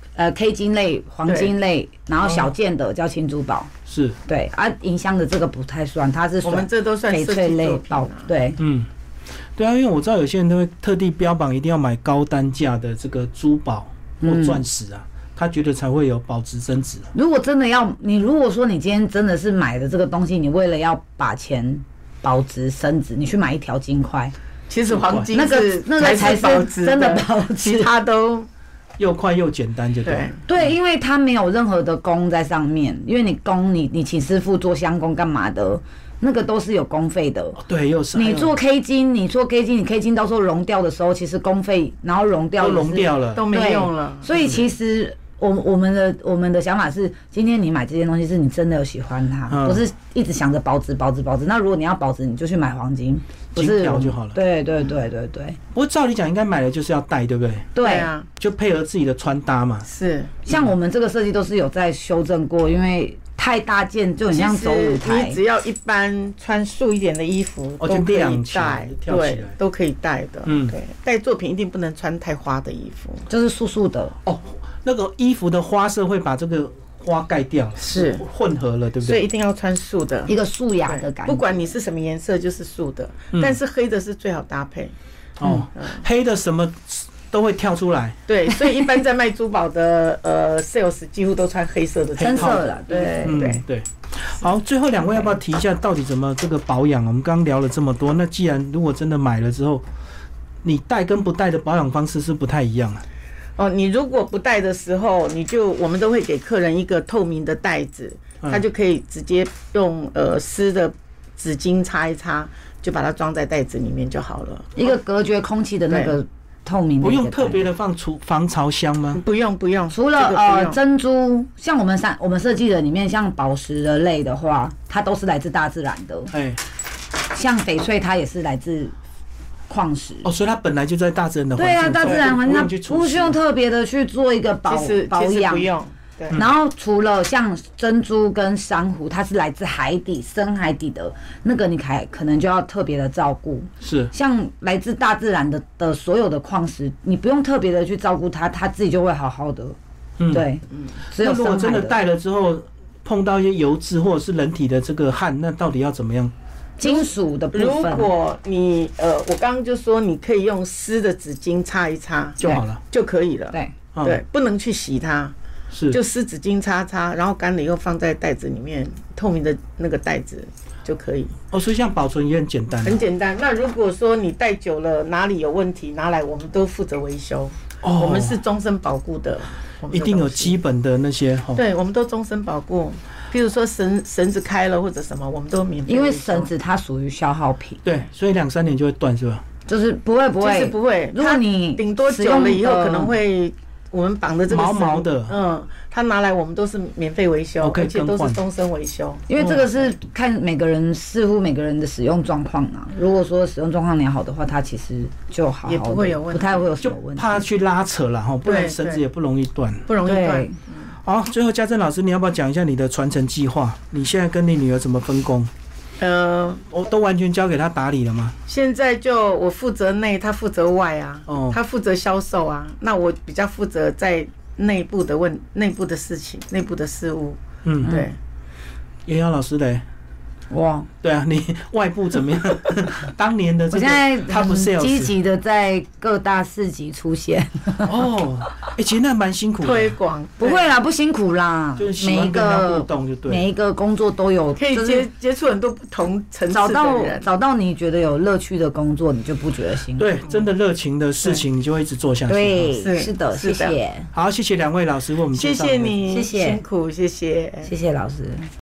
Speaker 3: K 金类、黄金类，然后小件的叫轻珠宝。是，对啊，银香的这个不太算，它是
Speaker 2: 我们这都算
Speaker 3: 翡翠类宝，对，
Speaker 1: 对啊，因为我知道有些人都会特地标榜一定要买高单价的这个珠宝或钻石啊。他觉得才会有保值增值。
Speaker 3: 如果真的如果说你今天真的是买的这个东西，你为了要把钱保值升值，你去买一条金块，
Speaker 2: 其实黄金那
Speaker 3: 个才是保值，真的保值，
Speaker 2: 其他都
Speaker 1: 又快又简单，就
Speaker 3: 对，因为它没有任何的工在上面，因为你请师傅做香工干嘛的，那个都是有工费的。
Speaker 1: 对，又是
Speaker 3: 你做 K 金，你 K 金到时候熔掉的时候，其实工费然后熔掉
Speaker 1: 了
Speaker 2: 都没用了，
Speaker 3: 所以其实。我们的想法是，今天你买这件东西是你真的有喜欢它，不是一直想着保值。那如果你要保值，你就去买黄金，
Speaker 1: 金条就好了。
Speaker 3: 对。
Speaker 1: 不过照理讲，应该买了就是要戴，对不对？
Speaker 3: 对啊，
Speaker 1: 就配合自己的穿搭嘛。
Speaker 2: 是，
Speaker 3: 像我们这个设计都是有在修正过，因为太大件就很像走舞台。
Speaker 2: 你只要一般穿素一点的衣服都可以戴，对，都可以戴的。对，带作品一定不能穿太花的衣服，
Speaker 3: 就是素的。
Speaker 1: 那个衣服的花色会把这个花盖掉，
Speaker 2: 是
Speaker 1: 混合了，对不对？
Speaker 2: 所以一定要穿素的，
Speaker 3: 一个素雅的感觉。
Speaker 2: 不管你是什么颜色，就是素的，但是黑的是最好搭配。
Speaker 1: 黑的什么都会跳出来。
Speaker 2: 对，所以一般在卖珠宝的sales 几乎都穿黑色的，
Speaker 3: 深色的。
Speaker 2: 对。
Speaker 1: 好，最后两位要不要提一下到底怎么这个保养？我们刚聊了这么多，那既然如果真的买了之后，你戴跟不戴的保养方式是不太一样啊。
Speaker 2: 你如果不戴的时候，我们都会给客人一个透明的袋子，他就可以直接用湿的纸巾擦一擦，就把它装在袋子里面就好了。
Speaker 3: 一个隔绝空气的那个透明的，
Speaker 1: 不用特别的放防潮箱吗？
Speaker 2: 不用，
Speaker 3: 除了珍珠，像我们设计的里面，像宝石的类的话，它都是来自大自然的。像翡翠，它也是来自矿石
Speaker 1: 所以它本来就在大自然的环境。
Speaker 3: 对啊，大自然环境，它不需要特别的去做一个保养，
Speaker 2: 不用。
Speaker 3: 然后除了像珍珠跟珊瑚，它是来自海底、深海底的那个，你可能就要特别的照顾。
Speaker 1: 是，
Speaker 3: 像来自大自然的所有的矿石，你不用特别的去照顾它，它自己就会好好的。对，
Speaker 1: 只有如果真的戴了之后碰到一些油脂或者是人体的这个汗，那到底要怎么样？
Speaker 3: 金属的部分，
Speaker 2: 如果你我刚刚就说你可以用湿的纸巾擦一擦
Speaker 1: 就好了，
Speaker 2: 就可以了。
Speaker 3: 对，
Speaker 2: 不能去洗它，就湿纸巾擦，然后干了以后放在袋子里面，透明的那个袋子就可以。
Speaker 1: 所以像保存也很简单。
Speaker 2: 很简单。那如果说你戴久了哪里有问题，拿来我们都负责维修。我们是终身保固的，
Speaker 1: 一定有基本的那些。
Speaker 2: 对，我们都终身保固。譬如说绳子开了或者什么，我们都免费。
Speaker 3: 因为绳子它属于消耗品，
Speaker 1: 对，所以2-3年就会断，是吧？
Speaker 3: 就是不会，
Speaker 2: 其实不会。
Speaker 3: 如果你
Speaker 2: 顶多久了以后可能会，我们绑的这个
Speaker 1: 毛的，
Speaker 2: 他拿来我们都是免费维修，而且都是终身维修。
Speaker 3: 因为这个是看视乎每个人的使用状况啊。如果说使用状况良好的话，它其实就好
Speaker 2: 也不会有问题，
Speaker 3: 不太会有什么问题。
Speaker 1: 就怕去拉扯了哈，不然绳子也不容易断，
Speaker 2: 不容易断。
Speaker 1: 好，最后家珍老师，你要不要讲一下你的传承计划？你现在跟你女儿怎么分工？我都完全交给她打理了吗？
Speaker 2: 现在就我负责内，她负责外啊。她负责销售啊，那我比较负责在内部的事情、内部的事务。 对。
Speaker 1: 妍瑶老师嘞？
Speaker 3: 哇，
Speaker 1: 对啊，你外部怎么样？当年的这个 top sales，
Speaker 3: 我现在很积极的在各大市集出现。
Speaker 1: 哦，其实那蛮辛苦的。
Speaker 2: 推广
Speaker 3: 不会啦，不辛苦啦，
Speaker 1: 就是喜欢跟他互动就对。
Speaker 3: 每一个工作都有，
Speaker 2: 可以接触很多不同层次的人，
Speaker 3: 找到你觉得有乐趣的工作，你就不觉得辛苦。
Speaker 1: 对，真的热情的事情，你就会一直做下去。
Speaker 3: 对，是的，谢谢。
Speaker 1: 好，谢谢两位老师为我们介绍。
Speaker 2: 谢谢你，
Speaker 3: 谢谢，
Speaker 2: 辛苦，谢谢，
Speaker 3: 谢谢老师。